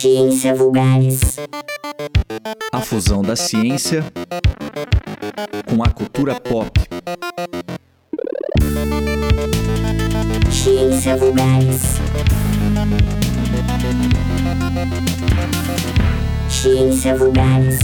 Ciência Vulgares. A fusão da ciência com a cultura pop. Ciência Vulgares. Ciência Vulgares.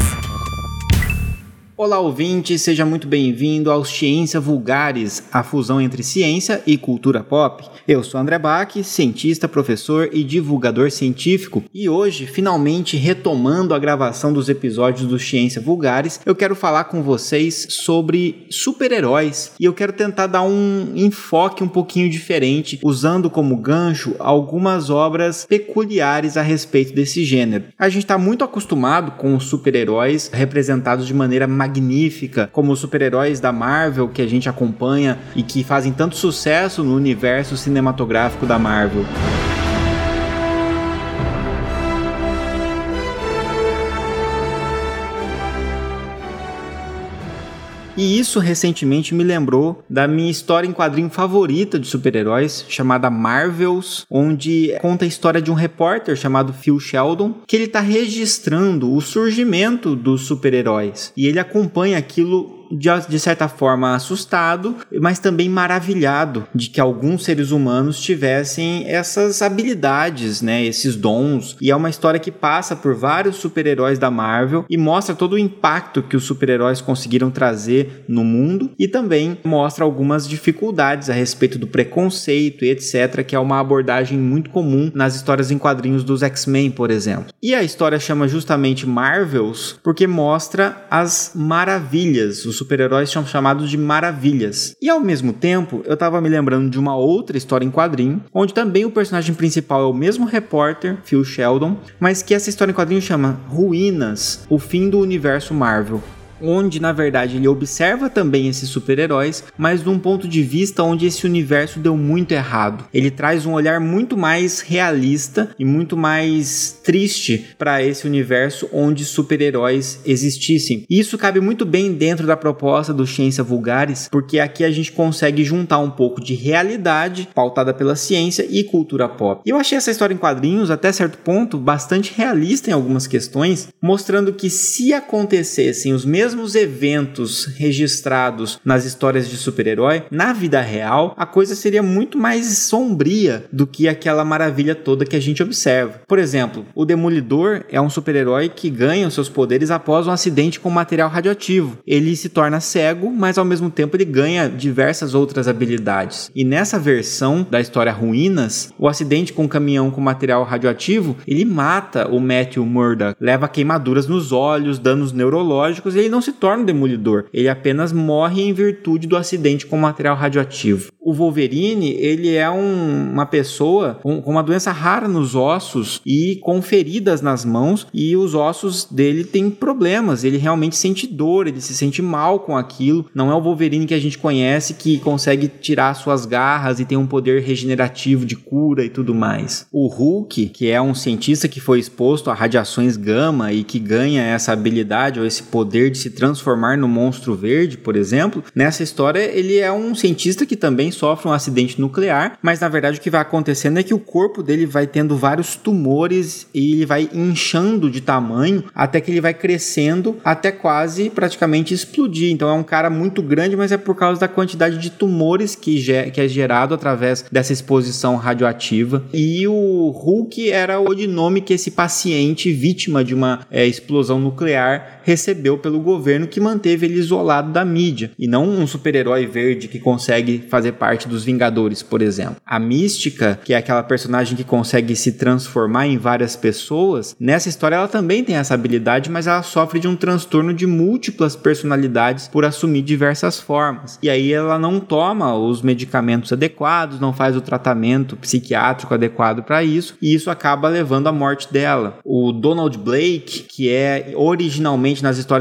Olá, ouvinte, seja muito bem-vindo ao Ciência Vulgares, a fusão entre ciência e cultura pop. Eu sou André Bach, cientista, professor e divulgador científico, e hoje, finalmente retomando a gravação dos episódios do Ciência Vulgares, eu quero falar com vocês sobre super-heróis, e eu quero tentar dar um enfoque um pouquinho diferente, usando como gancho algumas obras peculiares a respeito desse gênero. A gente está muito acostumado com os super-heróis representados de maneira magnífica, como os super-heróis da Marvel que a gente acompanha e que fazem tanto sucesso no universo cinematográfico da Marvel. E isso recentemente me lembrou da minha história em quadrinho favorita de super-heróis, chamada Marvels, onde conta a história de um repórter chamado Phil Sheldon, que ele está registrando o surgimento dos super-heróis. E ele acompanha aquilo de certa forma assustado, mas também maravilhado de que alguns seres humanos tivessem essas habilidades, né, esses dons. E é uma história que passa por vários super-heróis da Marvel e mostra todo o impacto que os super-heróis conseguiram trazer no mundo e também mostra algumas dificuldades a respeito do preconceito e etc., que é uma abordagem muito comum nas histórias em quadrinhos dos X-Men, por exemplo. E a história chama justamente Marvels porque mostra as maravilhas. Os super-heróis são chamados de maravilhas. E ao mesmo tempo, eu estava me lembrando de uma outra história em quadrinho, onde também o personagem principal é o mesmo repórter, Phil Sheldon, mas que essa história em quadrinho chama Ruínas, o fim do universo Marvel. Onde, na verdade, ele observa também esses super-heróis, mas de um ponto de vista onde esse universo deu muito errado. Ele traz um olhar muito mais realista e muito mais triste para esse universo onde super-heróis existissem. E isso cabe muito bem dentro da proposta do Ciência Vulgares, porque aqui a gente consegue juntar um pouco de realidade, pautada pela ciência, e cultura pop. E eu achei essa história em quadrinhos, até certo ponto, bastante realista em algumas questões, mostrando que se acontecessem os mesmos eventos registrados nas histórias de super-herói, na vida real, a coisa seria muito mais sombria do que aquela maravilha toda que a gente observa. Por exemplo, o Demolidor é um super-herói que ganha os seus poderes após um acidente com material radioativo. Ele se torna cego, mas ao mesmo tempo ele ganha diversas outras habilidades. E nessa versão da história Ruínas, o acidente com um caminhão com material radioativo, ele mata o Matthew Murdock, leva queimaduras nos olhos, danos neurológicos, e ele não se torna um demolidor, ele apenas morre em virtude do acidente com material radioativo. O Wolverine, ele é uma pessoa com uma doença rara nos ossos e com feridas nas mãos, e os ossos dele têm problemas, ele realmente sente dor, ele se sente mal com aquilo. Não é o Wolverine que a gente conhece, que consegue tirar suas garras e tem um poder regenerativo de cura e tudo mais. O Hulk, que é um cientista que foi exposto a radiações gama e que ganha essa habilidade ou esse poder de se transformar no monstro verde, por exemplo, nessa história ele é um cientista que também sofre um acidente nuclear, mas na verdade o que vai acontecendo é que o corpo dele vai tendo vários tumores e ele vai inchando de tamanho até que ele vai crescendo até quase praticamente explodir. Então é um cara muito grande, mas é por causa da quantidade de tumores que é gerado através dessa exposição radioativa. E o Hulk era o codinome que esse paciente vítima de uma explosão nuclear recebeu pelo governo, que manteve ele isolado da mídia, e não um super-herói verde que consegue fazer parte dos Vingadores, por exemplo. A Mística, que é aquela personagem que consegue se transformar em várias pessoas, nessa história ela também tem essa habilidade, mas ela sofre de um transtorno de múltiplas personalidades por assumir diversas formas. E aí ela não toma os medicamentos adequados, não faz o tratamento psiquiátrico adequado para isso, e isso acaba levando à morte dela. O Donald Blake, que é originalmente nas histórias em quadrinhos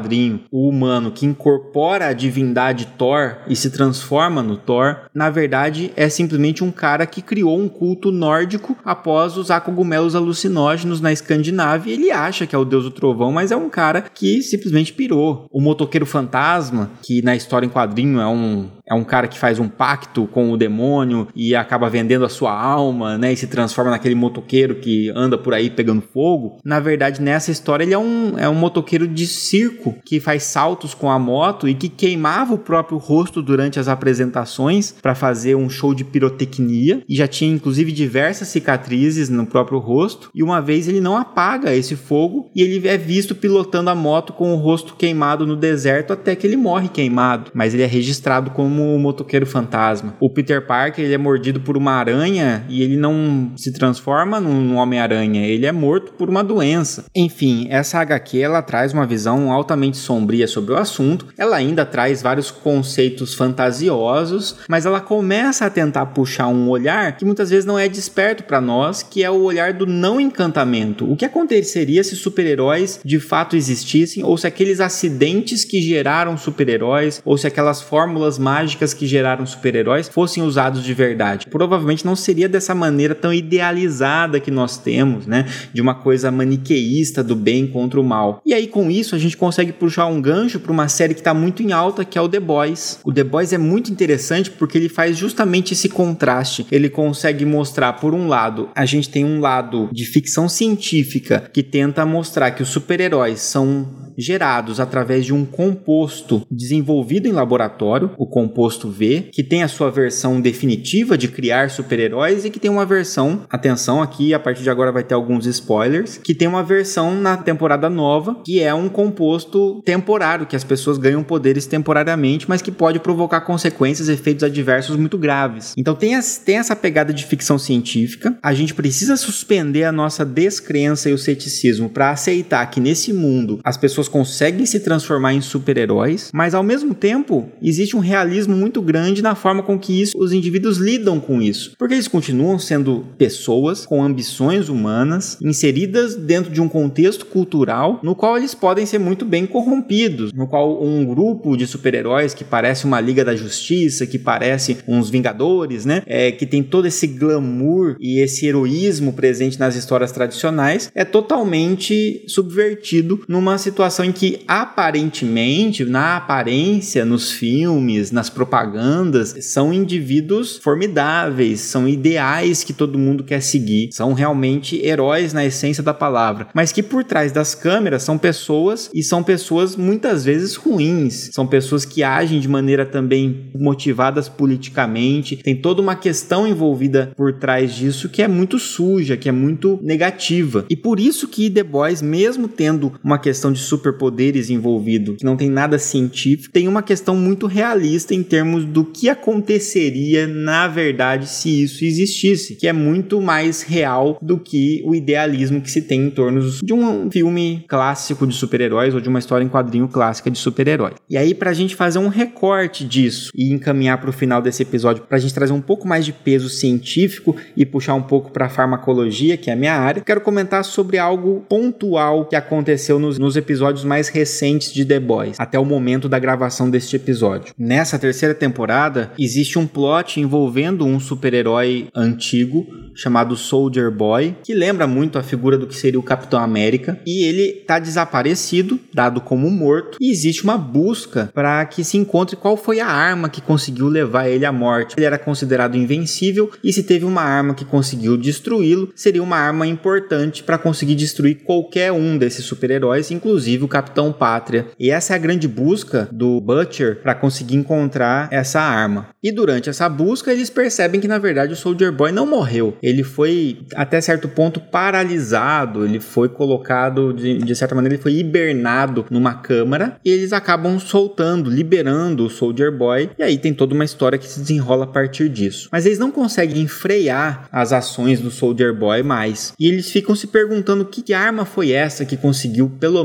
quadrinho, o humano que incorpora a divindade Thor e se transforma no Thor, na verdade é simplesmente um cara que criou um culto nórdico após usar cogumelos alucinógenos na Escandinávia. Ele acha que é o deus do trovão, mas é um cara que simplesmente pirou. O motoqueiro fantasma, que na história em quadrinho é um cara que faz um pacto com o demônio e acaba vendendo a sua alma, né, e se transforma naquele motoqueiro que anda por aí pegando fogo. Na verdade, nessa história ele é um motoqueiro de circo que faz saltos com a moto e que queimava o próprio rosto durante as apresentações para fazer um show de pirotecnia, e já tinha inclusive diversas cicatrizes no próprio rosto. E uma vez ele não apaga esse fogo e ele é visto pilotando a moto com o rosto queimado no deserto até que ele morre queimado, mas ele é registrado como o motoqueiro fantasma. O Peter Parker, ele é mordido por uma aranha e ele não se transforma num Homem-Aranha, ele é morto por uma doença. Enfim, essa HQ ela traz uma visão altamente sombria sobre o assunto. Ela ainda traz vários conceitos fantasiosos, mas ela começa a tentar puxar um olhar que muitas vezes não é desperto para nós, que é o olhar do não encantamento. O que aconteceria se super-heróis de fato existissem, ou se aqueles acidentes que geraram super-heróis, ou se aquelas fórmulas mágicas que geraram super-heróis fossem usados de verdade? Provavelmente não seria dessa maneira tão idealizada que nós temos, né? De uma coisa maniqueísta do bem contra o mal. E aí com isso a gente consegue puxar um gancho para uma série que está muito em alta, que é o The Boys. O The Boys é muito interessante porque ele faz justamente esse contraste. Ele consegue mostrar, por um lado, a gente tem um lado de ficção científica que tenta mostrar que os super-heróis são gerados através de um composto desenvolvido em laboratório, o composto V, que tem a sua versão definitiva de criar super-heróis e que tem uma versão, atenção aqui, a partir de agora vai ter alguns spoilers, que tem uma versão na temporada nova, que é um composto temporário, que as pessoas ganham poderes temporariamente, mas que pode provocar consequências, efeitos adversos muito graves. Então tem essa pegada de ficção científica. A gente precisa suspender a nossa descrença e o ceticismo para aceitar que nesse mundo as pessoas conseguem se transformar em super-heróis, mas ao mesmo tempo existe um realismo muito grande na forma com que os indivíduos lidam com isso, porque eles continuam sendo pessoas com ambições humanas, inseridas dentro de um contexto cultural no qual eles podem ser muito bem corrompidos, no qual um grupo de super-heróis que parece uma Liga da Justiça, que parece uns Vingadores, né, que tem todo esse glamour e esse heroísmo presente nas histórias tradicionais, é totalmente subvertido numa situação em que aparentemente, na aparência, nos filmes, nas propagandas, são indivíduos formidáveis, são ideais que todo mundo quer seguir, são realmente heróis na essência da palavra, mas que por trás das câmeras são pessoas, e são pessoas muitas vezes ruins, são pessoas que agem de maneira também motivadas politicamente, tem toda uma questão envolvida por trás disso que é muito suja, que é muito negativa. E por isso que The Boys, mesmo tendo uma questão de superpoderes envolvido, que não tem nada científico, tem uma questão muito realista em termos do que aconteceria na verdade se isso existisse, que é muito mais real do que o idealismo que se tem em torno de um filme clássico de super-heróis ou de uma história em quadrinho clássica de super-herói. E aí, pra gente fazer um recorte disso e encaminhar pro final desse episódio, pra gente trazer um pouco mais de peso científico e puxar um pouco pra farmacologia, que é a minha área, quero comentar sobre algo pontual que aconteceu nos episódios mais recentes de The Boys, até o momento da gravação deste episódio. Nessa terceira temporada, existe um plot envolvendo um super-herói antigo chamado Soldier Boy, que lembra muito a figura do que seria o Capitão América, e ele está desaparecido, dado como morto, e existe uma busca para que se encontre qual foi a arma que conseguiu levar ele à morte. Ele era considerado invencível, e se teve uma arma que conseguiu destruí-lo, seria uma arma importante para conseguir destruir qualquer um desses super-heróis, inclusive o Capitão Pátria. E essa é a grande busca do Butcher para conseguir encontrar essa arma. E durante essa busca, eles percebem que na verdade o Soldier Boy não morreu. Ele foi até certo ponto paralisado, ele foi colocado, de certa maneira, ele foi hibernado numa câmara, e eles acabam soltando, liberando o Soldier Boy, e aí tem toda uma história que se desenrola a partir disso. Mas eles não conseguem frear as ações do Soldier Boy mais, e eles ficam se perguntando que arma foi essa que conseguiu pelo menos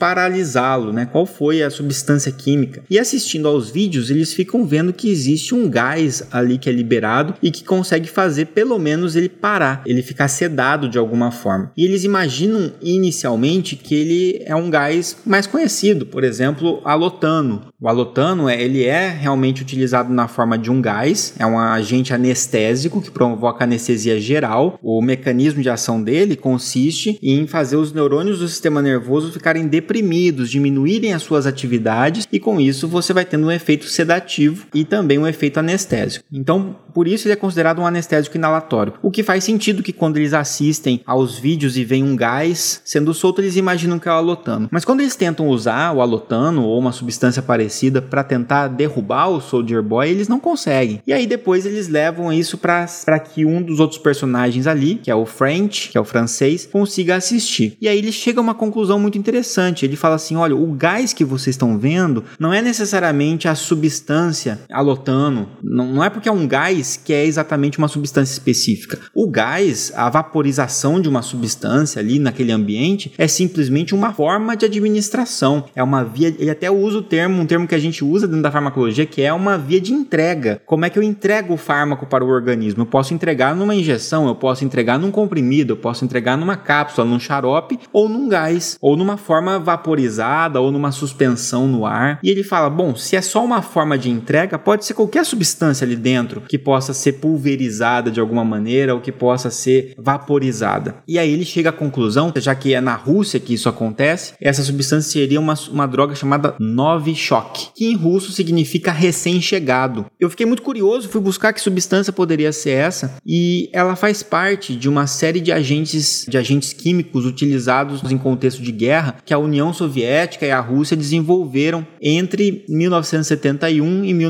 paralisá-lo, né? Qual foi a substância química? E assistindo aos vídeos, eles ficam vendo que existe um gás ali que é liberado e que consegue fazer pelo menos ele parar, ele ficar sedado de alguma forma. E eles imaginam inicialmente que ele é um gás mais conhecido, por exemplo, alotano. O alotano ele é realmente utilizado na forma de um gás, é um agente anestésico que provoca anestesia geral. O mecanismo de ação dele consiste em fazer os neurônios do sistema nervoso ficarem deprimidos, diminuírem as suas atividades, e com isso você vai tendo um efeito sedativo e também um efeito anestésico. Então, por isso ele é considerado um anestésico inalatório. O que faz sentido que quando eles assistem aos vídeos e veem um gás sendo solto, eles imaginam que é o alotano. Mas quando eles tentam usar o alotano ou uma substância parecida para tentar derrubar o Soldier Boy, eles não conseguem. E aí depois eles levam isso para que um dos outros personagens ali, que é o French, que é o francês, consiga assistir. E aí ele chega a uma conclusão muito interessante. Ele fala assim, olha, o gás que vocês estão vendo não é necessariamente a substância alotano. Não é porque é um gás que é exatamente uma substância específica. O gás, a vaporização de uma substância ali naquele ambiente é simplesmente uma forma de administração. É uma via, ele até usa um termo que a gente usa dentro da farmacologia, que é uma via de entrega. Como é que eu entrego o fármaco para o organismo? Eu posso entregar numa injeção, eu posso entregar num comprimido, eu posso entregar numa cápsula, num xarope, ou num gás, ou numa forma vaporizada, ou numa suspensão no ar. E ele fala, bom, se é só uma forma de entrega, pode ser qualquer substância ali dentro que possa ser pulverizada de alguma maneira, ou que possa ser vaporizada. E aí ele chega à conclusão, já que é na Rússia que isso acontece, essa substância seria uma droga chamada Novichok, que em russo significa recém-chegado. Eu fiquei muito curioso, fui buscar que substância poderia ser essa, e ela faz parte de uma série de agentes químicos utilizados em contexto de guerra que a União Soviética e a Rússia desenvolveram entre 1971 e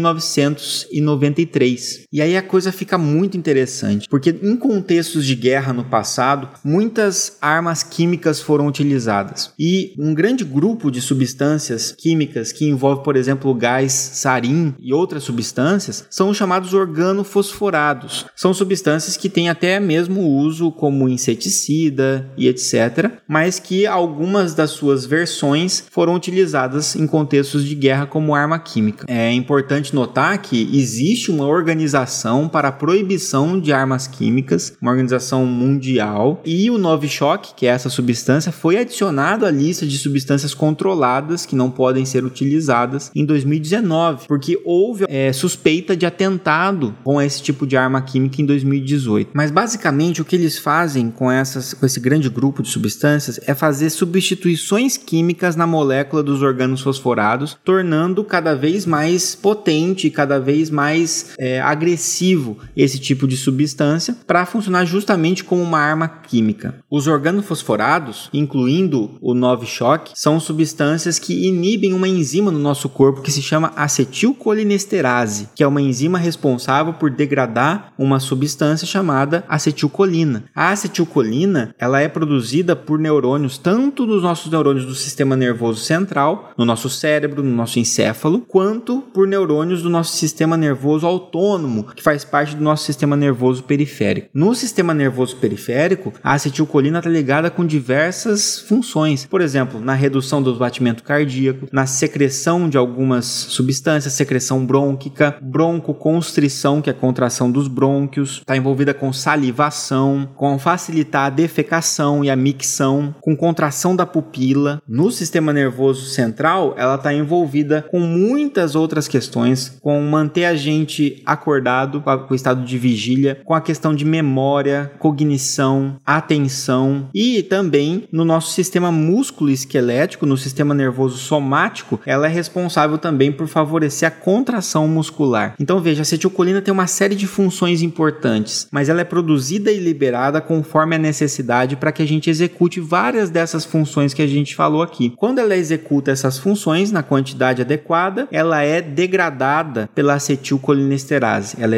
1993. E aí a coisa fica muito interessante, porque em contextos de guerra no passado, muitas armas químicas foram utilizadas. E um grande grupo de substâncias químicas que envolve, por exemplo, o gás sarin e outras substâncias, são os chamados organofosforados. São substâncias que têm até mesmo uso como inseticida e etc., mas que algumas das suas versões foram utilizadas em contextos de guerra como arma química. É importante notar que existe uma organização para a proibição de armas químicas, uma organização mundial, e o Novichok, que é essa substância, foi adicionado à lista de substâncias controladas que não podem ser utilizadas em 2019, porque houve suspeita de atentado com esse tipo de arma química em 2018. Mas basicamente o que eles fazem com esse grande grupo de substâncias é fazer substituições químicas na molécula dos organos fosforados, tornando cada vez mais potente, cada vez mais agressivo esse tipo de substância para funcionar justamente como uma arma química. Os organofosforados, incluindo o Novichok, são substâncias que inibem uma enzima no nosso corpo que se chama acetilcolinesterase, que é uma enzima responsável por degradar uma substância chamada acetilcolina. A acetilcolina, ela é produzida por neurônios, tanto dos nossos neurônios do sistema nervoso central, no nosso cérebro, no nosso encéfalo, quanto por neurônios do nosso sistema nervoso autônomo, que faz parte do nosso sistema nervoso periférico. No sistema nervoso periférico, a acetilcolina está ligada com diversas funções. Por exemplo, na redução do batimento cardíaco, na secreção de algumas substâncias, secreção brônquica, broncoconstrição, que é a contração dos brônquios, está envolvida com salivação, com facilitar a defecação e a micção, com contração da pupila. No sistema nervoso central, ela está envolvida com muitas outras questões, com manter a gente acordado, com o estado de vigília, com a questão de memória, cognição, atenção, e também no nosso sistema músculo-esquelético, no sistema nervoso somático, ela é responsável também por favorecer a contração muscular. Então veja, a acetilcolina tem uma série de funções importantes, mas ela é produzida e liberada conforme a necessidade para que a gente execute várias dessas funções que a gente falou aqui. Quando ela executa essas funções na quantidade adequada, ela é degradada pela acetilcolinesterase. Ela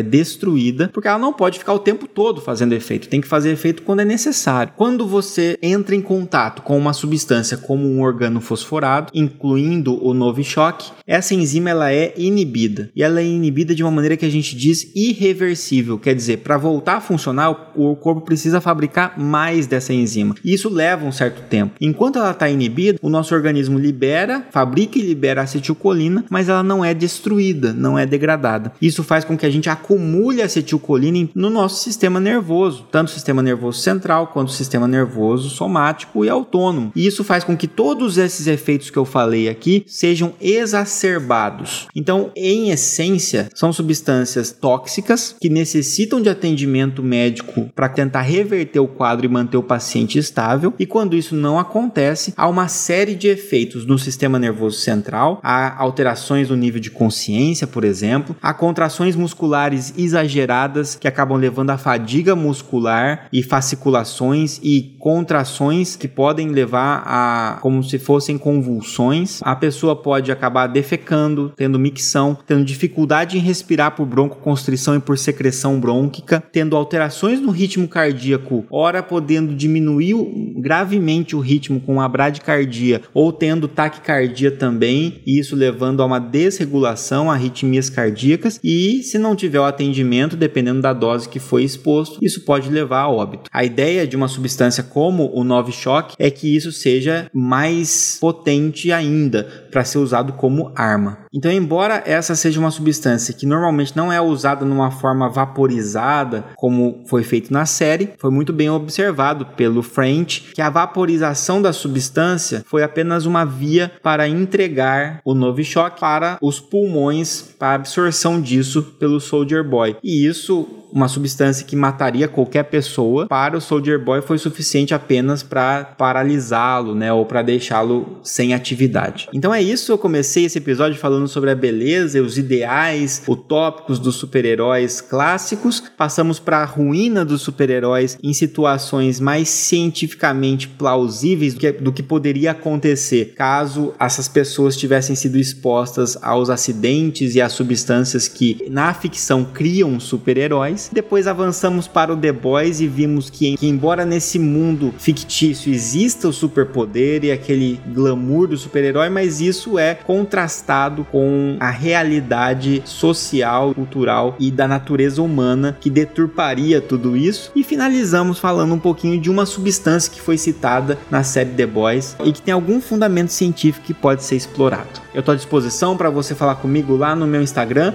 é destruída, porque ela não pode ficar o tempo todo fazendo efeito, tem que fazer efeito quando é necessário. Quando você entra em contato com uma substância como um organofosforado, incluindo o Novichok, essa enzima ela é inibida, e ela é inibida de uma maneira que a gente diz irreversível, quer dizer, para voltar a funcionar, o corpo precisa fabricar mais dessa enzima, e isso leva um certo tempo. Enquanto ela está inibida, o nosso organismo fabrica e libera acetilcolina, mas ela não é destruída, não é degradada. Isso faz com que a gente acumule acetilcolina no nosso sistema nervoso, tanto o sistema nervoso central quanto o sistema nervoso somático e autônomo. E isso faz com que todos esses efeitos que eu falei aqui sejam exacerbados. Então, em essência, são substâncias tóxicas que necessitam de atendimento médico para tentar reverter o quadro e manter o paciente estável. E quando isso não acontece, há uma série de efeitos no sistema nervoso central, há alterações no nível de consciência, por exemplo, há contrações musculares exageradas que acabam levando à fadiga muscular e fasciculações e contrações que podem levar a como se fossem convulsões. A pessoa pode acabar defecando, tendo micção, tendo dificuldade em respirar por broncoconstrição e por secreção brônquica, tendo alterações no ritmo cardíaco, ora podendo diminuir gravemente o ritmo com a bradicardia ou tendo taquicardia também, e isso levando a uma desregulação, a arritmias cardíacas, e se não tiver o atendimento, dependendo da dose que foi exposto, isso pode levar a óbito. A ideia de uma substância como o Novichok é que isso seja mais potente ainda para ser usado como arma. Então, embora essa seja uma substância que normalmente não é usada numa forma vaporizada, como foi feito na série, foi muito bem observado pelo French que a vaporização da substância foi apenas uma via para entregar o Novichok para os pulmões, para a absorção disso pelo Soldier Boy. E isso, uma substância que mataria qualquer pessoa, para o Soldier Boy foi suficiente apenas para paralisá-lo, né, ou para deixá-lo sem atividade. Então é isso, eu comecei esse episódio falando sobre a beleza e os ideais utópicos dos super-heróis clássicos, passamos para a ruína dos super-heróis em situações mais cientificamente plausíveis do que poderia acontecer caso essas pessoas tivessem sido expostas aos acidentes e às substâncias que na ficção criam super-heróis. Depois avançamos para o The Boys e vimos que embora nesse mundo fictício exista o superpoder e aquele glamour do super-herói, mas isso é contrastado com a realidade social, cultural e da natureza humana que deturparia tudo isso. E finalizamos falando um pouquinho de uma substância que foi citada na série The Boys e que tem algum fundamento científico que pode ser explorado. Eu estou à disposição para você falar comigo lá no meu Instagram,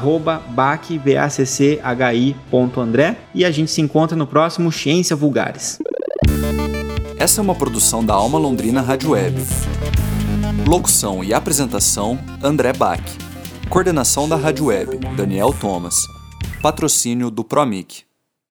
@bacchi_andré, e a gente se encontra no próximo Ciência Vulgares. Essa é uma produção da Alma Londrina Rádio Web. Locução e apresentação, André Bach. Coordenação da Rádio Web, Daniel Thomas. Patrocínio do Promic.